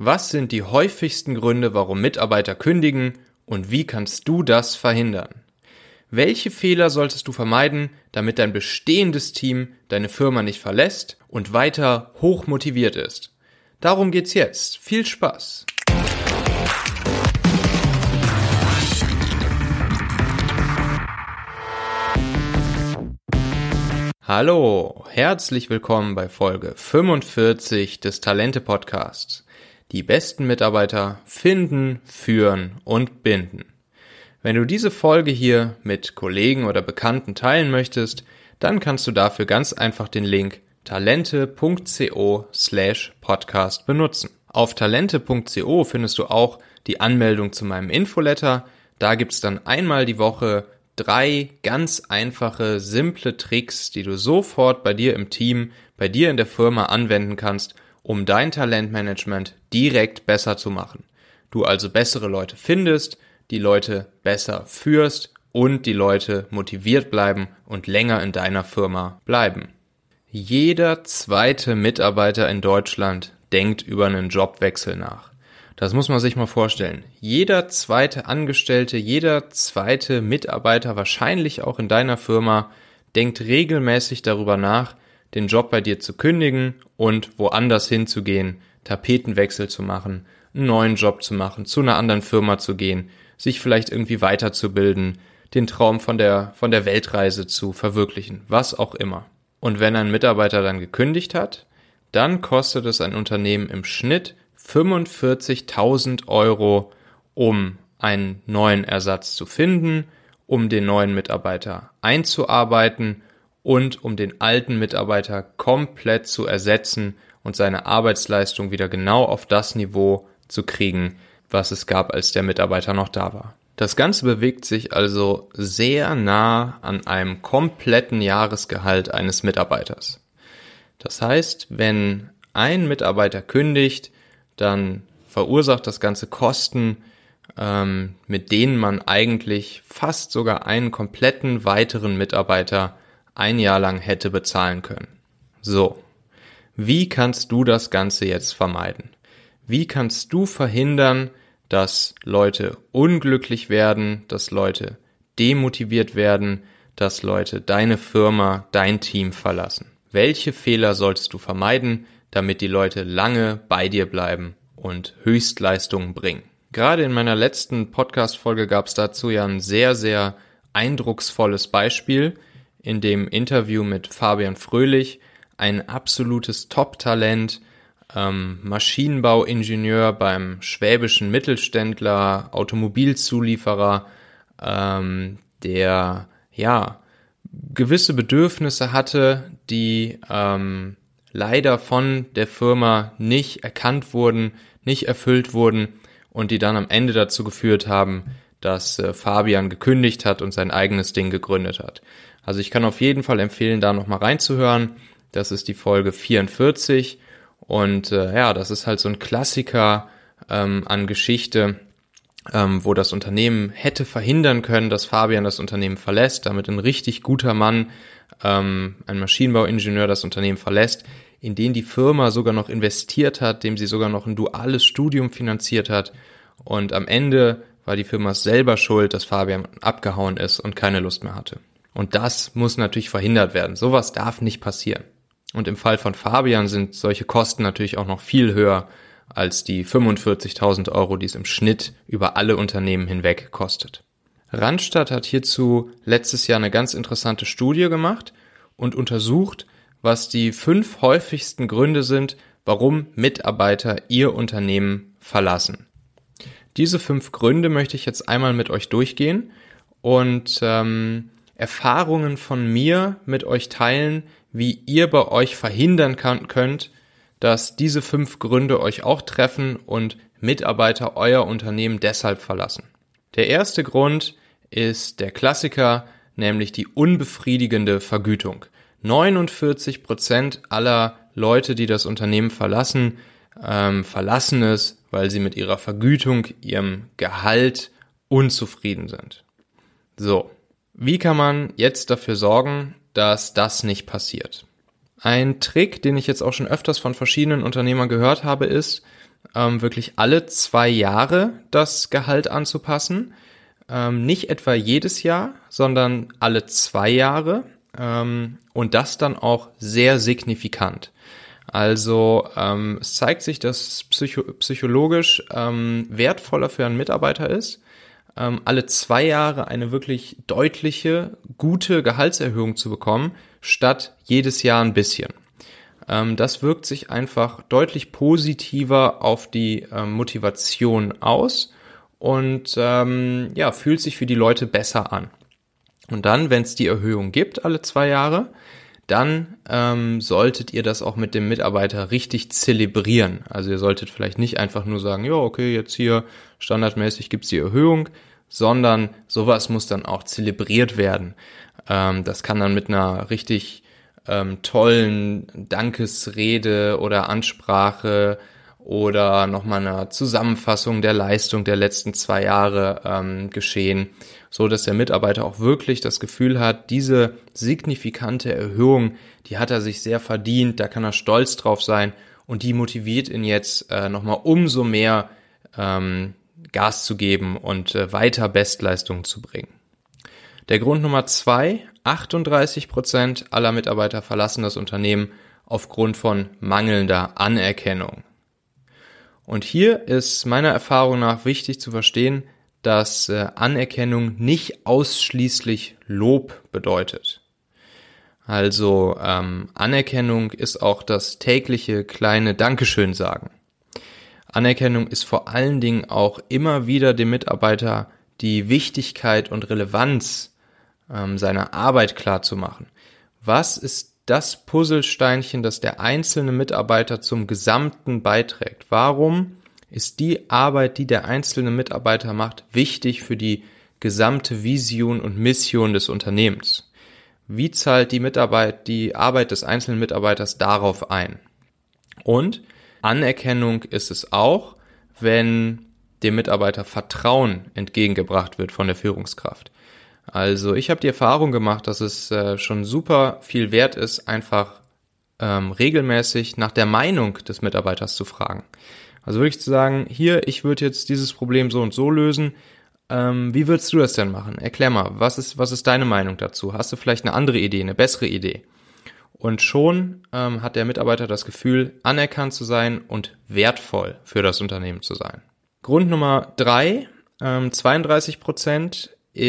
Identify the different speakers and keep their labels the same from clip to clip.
Speaker 1: Was sind die häufigsten Gründe, warum Mitarbeiter kündigen und wie kannst du das verhindern? Welche Fehler solltest du vermeiden, damit dein bestehendes Team deine Firma nicht verlässt und weiter hoch motiviert ist? Darum geht's jetzt. Viel Spaß! Hallo, herzlich willkommen bei Folge 45 des Talente-Podcasts. Die besten Mitarbeiter finden, führen und binden. Wenn du diese Folge hier mit Kollegen oder Bekannten teilen möchtest, dann kannst du dafür ganz einfach den Link talente.co/podcast benutzen. Auf talente.co findest du auch die Anmeldung zu meinem Infoletter. Da gibt's dann einmal die Woche 3 ganz einfache, simple Tricks, die du sofort bei dir im Team, bei dir in der Firma anwenden kannst, um dein Talentmanagement direkt besser zu machen. Du also bessere Leute findest, die Leute besser führst und die Leute motiviert bleiben und länger in deiner Firma bleiben. Jeder zweite Mitarbeiter in Deutschland denkt über einen Jobwechsel nach. Das muss man sich mal vorstellen. Jeder zweite Angestellte, jeder zweite Mitarbeiter, wahrscheinlich auch in deiner Firma, denkt regelmäßig darüber nach, den Job bei dir zu kündigen und woanders hinzugehen, Tapetenwechsel zu machen, einen neuen Job zu machen, zu einer anderen Firma zu gehen, sich vielleicht irgendwie weiterzubilden, den Traum von der Weltreise zu verwirklichen, was auch immer. Und wenn ein Mitarbeiter dann gekündigt hat, dann kostet es ein Unternehmen im Schnitt 45.000 Euro, um einen neuen Ersatz zu finden, um den neuen Mitarbeiter einzuarbeiten und um den alten Mitarbeiter komplett zu ersetzen und seine Arbeitsleistung wieder genau auf das Niveau zu kriegen, was es gab, als der Mitarbeiter noch da war. Das Ganze bewegt sich also sehr nah an einem kompletten Jahresgehalt eines Mitarbeiters. Das heißt, wenn ein Mitarbeiter kündigt, dann verursacht das Ganze Kosten, mit denen man eigentlich fast sogar einen kompletten weiteren Mitarbeiter ein Jahr lang hätte bezahlen können. So, wie kannst du das Ganze jetzt vermeiden? Wie kannst du verhindern, dass Leute unglücklich werden, dass Leute demotiviert werden, dass Leute deine Firma, dein Team verlassen? Welche Fehler solltest du vermeiden, damit die Leute lange bei dir bleiben und Höchstleistungen bringen? Gerade in meiner letzten Podcast-Folge gab es dazu ja ein sehr, sehr eindrucksvolles Beispiel in dem Interview mit Fabian Fröhlich, ein absolutes Top-Talent, Maschinenbauingenieur beim schwäbischen Mittelständler, Automobilzulieferer, der gewisse Bedürfnisse hatte, die leider von der Firma nicht erkannt wurden, nicht erfüllt wurden und die dann am Ende dazu geführt haben, dass Fabian gekündigt hat und sein eigenes Ding gegründet hat. Also ich kann auf jeden Fall empfehlen, da nochmal reinzuhören. Das ist die Folge 44 und das ist halt so ein Klassiker an Geschichte, wo das Unternehmen hätte verhindern können, dass Fabian das Unternehmen verlässt, damit ein richtig guter Mann, ein Maschinenbauingenieur das Unternehmen verlässt, in den die Firma sogar noch investiert hat, dem sie sogar noch ein duales Studium finanziert hat und am Ende war die Firma selber schuld, dass Fabian abgehauen ist und keine Lust mehr hatte. Und das muss natürlich verhindert werden. Sowas darf nicht passieren. Und im Fall von Fabian sind solche Kosten natürlich auch noch viel höher als die 45.000 Euro, die es im Schnitt über alle Unternehmen hinweg kostet. Randstad hat hierzu letztes Jahr eine ganz interessante Studie gemacht und untersucht, was die 5 häufigsten Gründe sind, warum Mitarbeiter ihr Unternehmen verlassen. Diese 5 Gründe möchte ich jetzt einmal mit euch durchgehen und Erfahrungen von mir mit euch teilen, wie ihr bei euch verhindern könnt, dass diese 5 Gründe euch auch treffen und Mitarbeiter euer Unternehmen deshalb verlassen. Der erste Grund ist der Klassiker, nämlich die unbefriedigende Vergütung. 49% aller Leute, die das Unternehmen verlassen, verlassen es, weil sie mit ihrer Vergütung, ihrem Gehalt unzufrieden sind. So, wie kann man jetzt dafür sorgen, dass das nicht passiert? Ein Trick, den ich jetzt auch schon öfters von verschiedenen Unternehmern gehört habe, ist, wirklich alle 2 Jahre das Gehalt anzupassen. Nicht etwa jedes Jahr, sondern alle 2 Jahre, und das dann auch sehr signifikant. Also es zeigt sich, dass psychologisch wertvoller für einen Mitarbeiter ist, alle 2 Jahre eine wirklich deutliche, gute Gehaltserhöhung zu bekommen, statt jedes Jahr ein bisschen. Das wirkt sich einfach deutlich positiver auf die Motivation aus und fühlt sich für die Leute besser an. Und dann, wenn es die Erhöhung gibt, alle 2 Jahre, dann solltet ihr das auch mit dem Mitarbeiter richtig zelebrieren. Also ihr solltet vielleicht nicht einfach nur sagen, ja, okay, jetzt hier standardmäßig gibt's die Erhöhung, sondern sowas muss dann auch zelebriert werden. Das kann dann mit einer richtig tollen Dankesrede oder Ansprache oder nochmal einer Zusammenfassung der Leistung der letzten 2 Jahre geschehen, so dass der Mitarbeiter auch wirklich das Gefühl hat, diese signifikante Erhöhung, die hat er sich sehr verdient, da kann er stolz drauf sein und die motiviert ihn jetzt nochmal umso mehr Gas zu geben und weiter Bestleistungen zu bringen. Der Grund Nummer 2, 38% aller Mitarbeiter verlassen das Unternehmen aufgrund von mangelnder Anerkennung. Und hier ist meiner Erfahrung nach wichtig zu verstehen, dass Anerkennung nicht ausschließlich Lob bedeutet. Also Anerkennung ist auch das tägliche kleine Dankeschön sagen. Anerkennung ist vor allen Dingen auch immer wieder dem Mitarbeiter die Wichtigkeit und Relevanz seiner Arbeit klar zu machen. Was ist das Puzzlesteinchen, das der einzelne Mitarbeiter zum Gesamten beiträgt? Warum ist die Arbeit, die der einzelne Mitarbeiter macht, wichtig für die gesamte Vision und Mission des Unternehmens? Wie zahlt die Arbeit des einzelnen Mitarbeiters darauf ein? Und Anerkennung ist es auch, wenn dem Mitarbeiter Vertrauen entgegengebracht wird von der Führungskraft. Also ich habe die Erfahrung gemacht, dass es schon super viel wert ist, einfach regelmäßig nach der Meinung des Mitarbeiters zu fragen. Also wirklich zu sagen, hier, ich würde jetzt dieses Problem so und so lösen. Wie würdest du das denn machen? Erklär mal, was ist deine Meinung dazu? Hast du vielleicht eine andere Idee, eine bessere Idee? Und schon hat der Mitarbeiter das Gefühl, anerkannt zu sein und wertvoll für das Unternehmen zu sein. Grund Nummer 3, 32%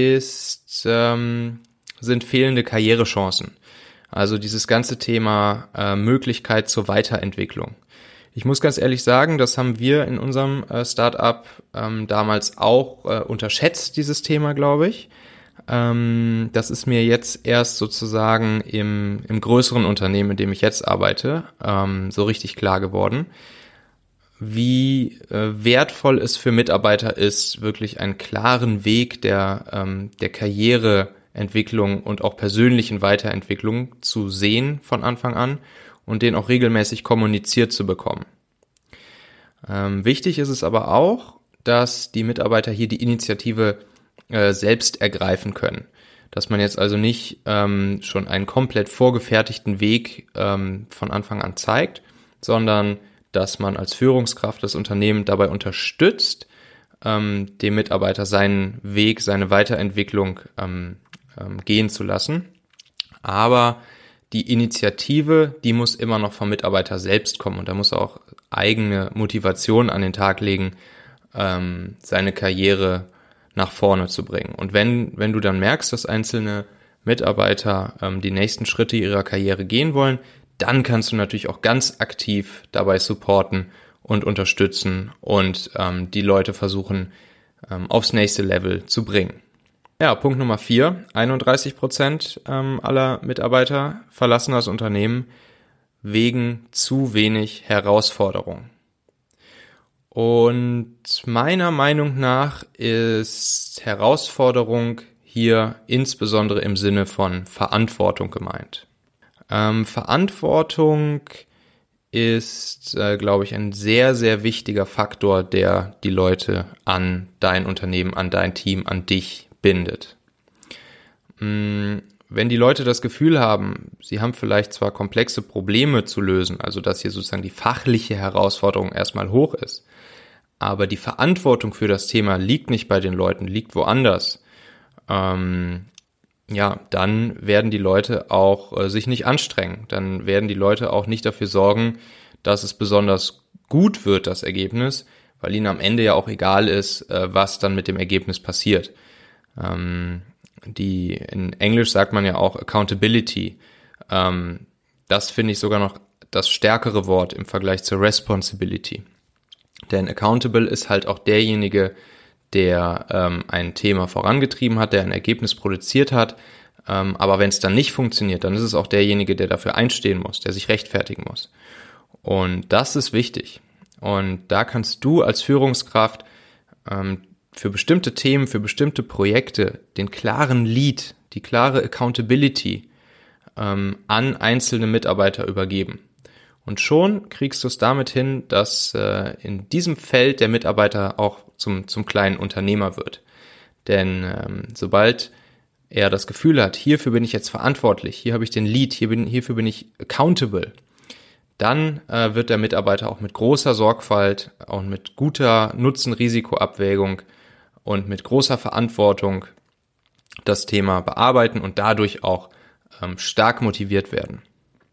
Speaker 1: sind fehlende Karrierechancen. Also dieses ganze Thema Möglichkeit zur Weiterentwicklung. Ich muss ganz ehrlich sagen, das haben wir in unserem Startup damals auch unterschätzt, dieses Thema, glaube ich. Das ist mir jetzt erst sozusagen im größeren Unternehmen, in dem ich jetzt arbeite, so richtig klar geworden, wie wertvoll es für Mitarbeiter ist, wirklich einen klaren Weg der Karriereentwicklung und auch persönlichen Weiterentwicklung zu sehen von Anfang an und den auch regelmäßig kommuniziert zu bekommen. Wichtig ist es aber auch, dass die Mitarbeiter hier die Initiative selbst ergreifen können. Dass man jetzt also nicht schon einen komplett vorgefertigten Weg von Anfang an zeigt, sondern dass man als Führungskraft das Unternehmen dabei unterstützt, dem Mitarbeiter seinen Weg, seine Weiterentwicklung gehen zu lassen. Aber die Initiative, die muss immer noch vom Mitarbeiter selbst kommen und da muss er auch eigene Motivation an den Tag legen, seine Karriere nach vorne zu bringen. Und wenn du dann merkst, dass einzelne Mitarbeiter die nächsten Schritte ihrer Karriere gehen wollen, dann kannst du natürlich auch ganz aktiv dabei supporten und unterstützen und die Leute versuchen, aufs nächste Level zu bringen. Ja, Punkt Nummer 4. 31% aller Mitarbeiter verlassen das Unternehmen wegen zu wenig Herausforderung. Und meiner Meinung nach ist Herausforderung hier insbesondere im Sinne von Verantwortung gemeint. Verantwortung ist, glaube ich, ein sehr, sehr wichtiger Faktor, der die Leute an dein Unternehmen, an dein Team, an dich bindet. wenn die Leute das Gefühl haben, sie haben vielleicht zwar komplexe Probleme zu lösen, also dass hier sozusagen die fachliche Herausforderung erstmal hoch ist, aber die Verantwortung für das Thema liegt nicht bei den Leuten, liegt woanders, dann werden die Leute auch sich nicht anstrengen. Dann werden die Leute auch nicht dafür sorgen, dass es besonders gut wird, das Ergebnis, weil ihnen am Ende ja auch egal ist, was dann mit dem Ergebnis passiert. In Englisch sagt man ja auch Accountability. Das finde ich sogar noch das stärkere Wort im Vergleich zur Responsibility. Denn accountable ist halt auch derjenige, der ein Thema vorangetrieben hat, der ein Ergebnis produziert hat. Aber wenn es dann nicht funktioniert, dann ist es auch derjenige, der dafür einstehen muss, der sich rechtfertigen muss. Und das ist wichtig. Und da kannst du als Führungskraft für bestimmte Themen, für bestimmte Projekte den klaren Lead, die klare Accountability an einzelne Mitarbeiter übergeben. Und schon kriegst du es damit hin, dass in diesem Feld der Mitarbeiter auch zum kleinen Unternehmer wird. Denn sobald er das Gefühl hat, hierfür bin ich jetzt verantwortlich, hier habe ich den Lead, hierfür bin ich accountable, dann wird der Mitarbeiter auch mit großer Sorgfalt und mit guter Nutzen-Risiko-Abwägung und mit großer Verantwortung das Thema bearbeiten und dadurch auch stark motiviert werden.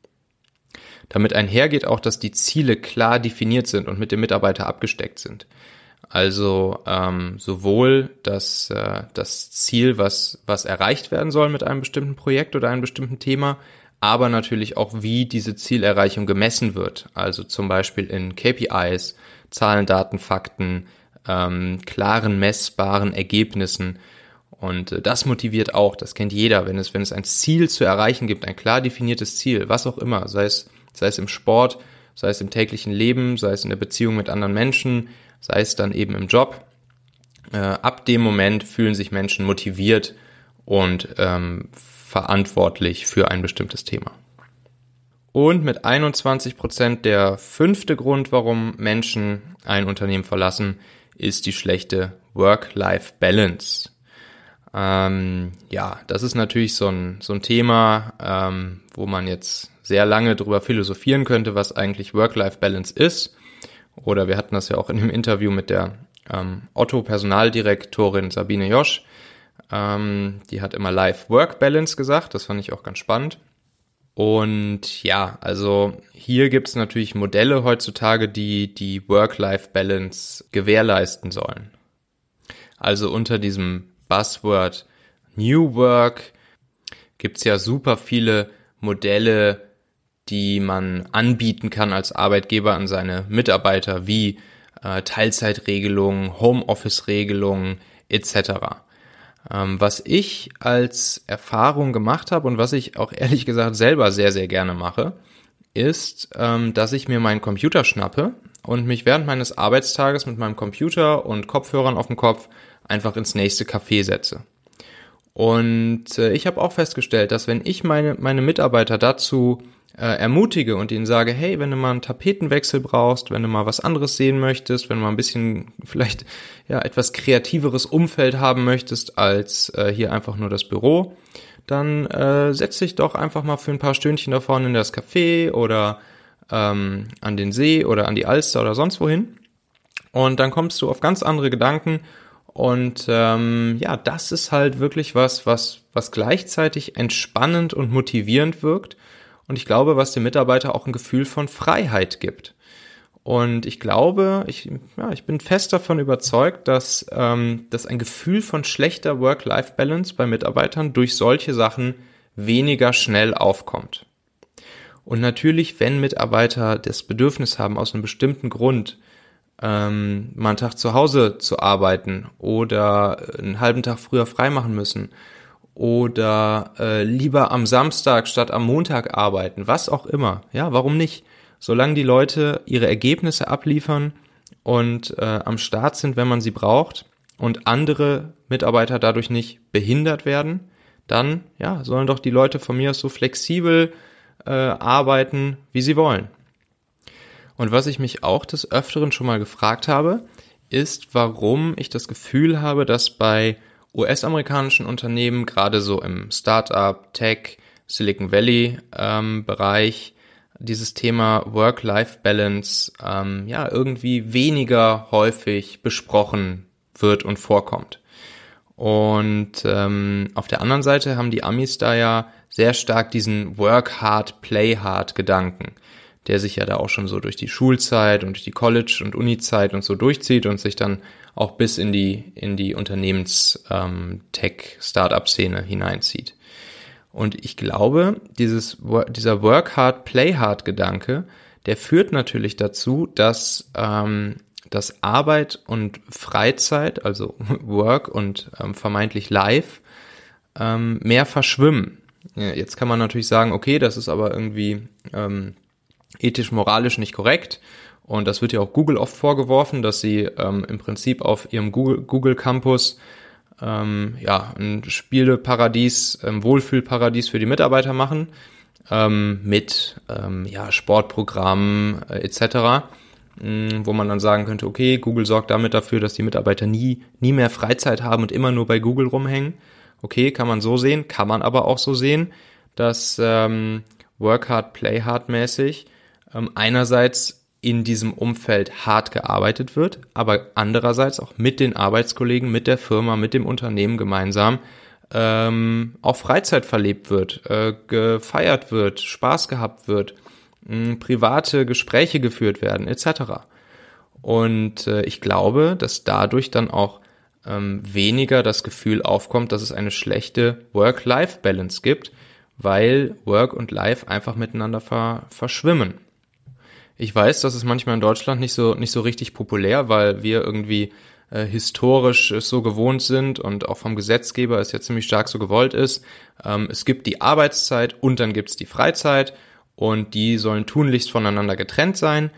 Speaker 1: Damit einhergeht auch, dass die Ziele klar definiert sind und mit dem Mitarbeiter abgesteckt sind. Also sowohl das Ziel, was erreicht werden soll mit einem bestimmten Projekt oder einem bestimmten Thema, aber natürlich auch, wie diese Zielerreichung gemessen wird. Also zum Beispiel in KPIs, Zahlen, Daten, Fakten, klaren, messbaren Ergebnissen. Und das motiviert auch, das kennt jeder, wenn es ein Ziel zu erreichen gibt, ein klar definiertes Ziel, was auch immer, sei es im Sport, sei es im täglichen Leben, sei es in der Beziehung mit anderen Menschen, sei es dann eben im Job. Ab dem Moment fühlen sich Menschen motiviert und verantwortlich für ein bestimmtes Thema. Und mit 21% der 5. Grund, warum Menschen ein Unternehmen verlassen, ist die schlechte Work-Life-Balance. Das ist natürlich so ein Thema, wo man jetzt sehr lange drüber philosophieren könnte, was eigentlich Work-Life-Balance ist. Oder wir hatten das ja auch in einem Interview mit der Otto-Personaldirektorin Sabine Josch. Die hat immer Life-Work-Balance gesagt, das fand ich auch ganz spannend. Und ja, also hier gibt es natürlich Modelle heutzutage, die Work-Life-Balance gewährleisten sollen. Also unter diesem Buzzword New Work gibt's ja super viele Modelle, die man anbieten kann als Arbeitgeber an seine Mitarbeiter, wie Teilzeitregelungen, Homeoffice-Regelungen etc. Was ich als Erfahrung gemacht habe und was ich auch ehrlich gesagt selber sehr, sehr gerne mache, ist, dass ich mir meinen Computer schnappe und mich während meines Arbeitstages mit meinem Computer und Kopfhörern auf dem Kopf einfach ins nächste Café setze. Und ich habe auch festgestellt, dass wenn ich meine Mitarbeiter dazu ermutige und ihnen sage, hey, wenn du mal einen Tapetenwechsel brauchst, wenn du mal was anderes sehen möchtest, wenn du mal ein bisschen vielleicht etwas kreativeres Umfeld haben möchtest als hier einfach nur das Büro, dann setz dich doch einfach mal für ein paar Stündchen da vorne in das Café oder an den See oder an die Alster oder sonst wohin. Und dann kommst du auf ganz andere Gedanken. Und das ist halt wirklich was gleichzeitig entspannend und motivierend wirkt. Und ich glaube, was dem Mitarbeiter auch ein Gefühl von Freiheit gibt. Und ich glaube, ich bin fest davon überzeugt, dass ein Gefühl von schlechter Work-Life-Balance bei Mitarbeitern durch solche Sachen weniger schnell aufkommt. Und natürlich, wenn Mitarbeiter das Bedürfnis haben, aus einem bestimmten Grund mal einen Tag zu Hause zu arbeiten oder einen halben Tag früher freimachen müssen oder lieber am Samstag statt am Montag arbeiten, was auch immer. Ja, warum nicht? Solange die Leute ihre Ergebnisse abliefern und am Start sind, wenn man sie braucht und andere Mitarbeiter dadurch nicht behindert werden, dann sollen doch die Leute von mir aus so flexibel arbeiten, wie sie wollen. Und was ich mich auch des Öfteren schon mal gefragt habe, ist, warum ich das Gefühl habe, dass bei US-amerikanischen Unternehmen, gerade so im Startup, Tech, Silicon Valley Bereich, dieses Thema Work-Life-Balance irgendwie weniger häufig besprochen wird und vorkommt. Und auf der anderen Seite haben die Amis da ja sehr stark diesen Work hard, play hard Gedanken, der sich ja da auch schon so durch die Schulzeit und durch die College- und Uni-Zeit und so durchzieht und sich dann auch bis in die Unternehmens-Tech-Startup-Szene hineinzieht. Und ich glaube, dieser Work hard, play hard Gedanke, der führt natürlich dazu, dass Arbeit und Freizeit, also Work und vermeintlich Life, mehr verschwimmen. Ja, jetzt kann man natürlich sagen, okay, das ist aber irgendwie ethisch-moralisch nicht korrekt. Und das wird ja auch Google oft vorgeworfen, dass sie im Prinzip auf ihrem Google Campus ein Spieleparadies, Wohlfühlparadies für die Mitarbeiter machen, mit Sportprogrammen etc., wo man dann sagen könnte, okay, Google sorgt damit dafür, dass die Mitarbeiter nie mehr Freizeit haben und immer nur bei Google rumhängen. Okay, kann man so sehen, kann man aber auch so sehen, dass Work hard, play hard mäßig einerseits in diesem Umfeld hart gearbeitet wird, aber andererseits auch mit den Arbeitskollegen, mit der Firma, mit dem Unternehmen gemeinsam auch Freizeit verlebt wird, gefeiert wird, Spaß gehabt wird, private Gespräche geführt werden, etc. Und ich glaube, dass dadurch dann auch weniger das Gefühl aufkommt, dass es eine schlechte Work-Life-Balance gibt, weil Work und Life einfach miteinander verschwimmen. Ich weiß, das ist manchmal in Deutschland nicht so richtig populär, weil wir irgendwie historisch es so gewohnt sind und auch vom Gesetzgeber es ja ziemlich stark so gewollt ist. Es gibt die Arbeitszeit und dann gibt's die Freizeit und die sollen tunlichst voneinander getrennt sein.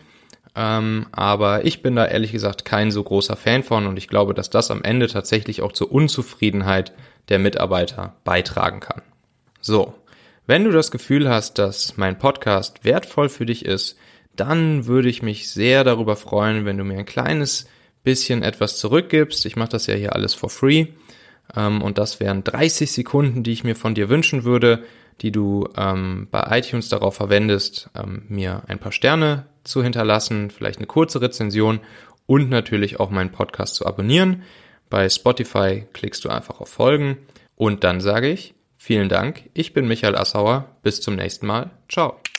Speaker 1: Aber ich bin da ehrlich gesagt kein so großer Fan von und ich glaube, dass das am Ende tatsächlich auch zur Unzufriedenheit der Mitarbeiter beitragen kann. So, wenn du das Gefühl hast, dass mein Podcast wertvoll für dich ist, dann würde ich mich sehr darüber freuen, wenn du mir ein kleines bisschen etwas zurückgibst. Ich mache das ja hier alles for free und das wären 30 Sekunden, die ich mir von dir wünschen würde, die du bei iTunes darauf verwendest, mir ein paar Sterne zu hinterlassen, vielleicht eine kurze Rezension und natürlich auch meinen Podcast zu abonnieren. Bei Spotify klickst du einfach auf Folgen und dann sage ich vielen Dank. Ich bin Michael Assauer. Bis zum nächsten Mal. Ciao.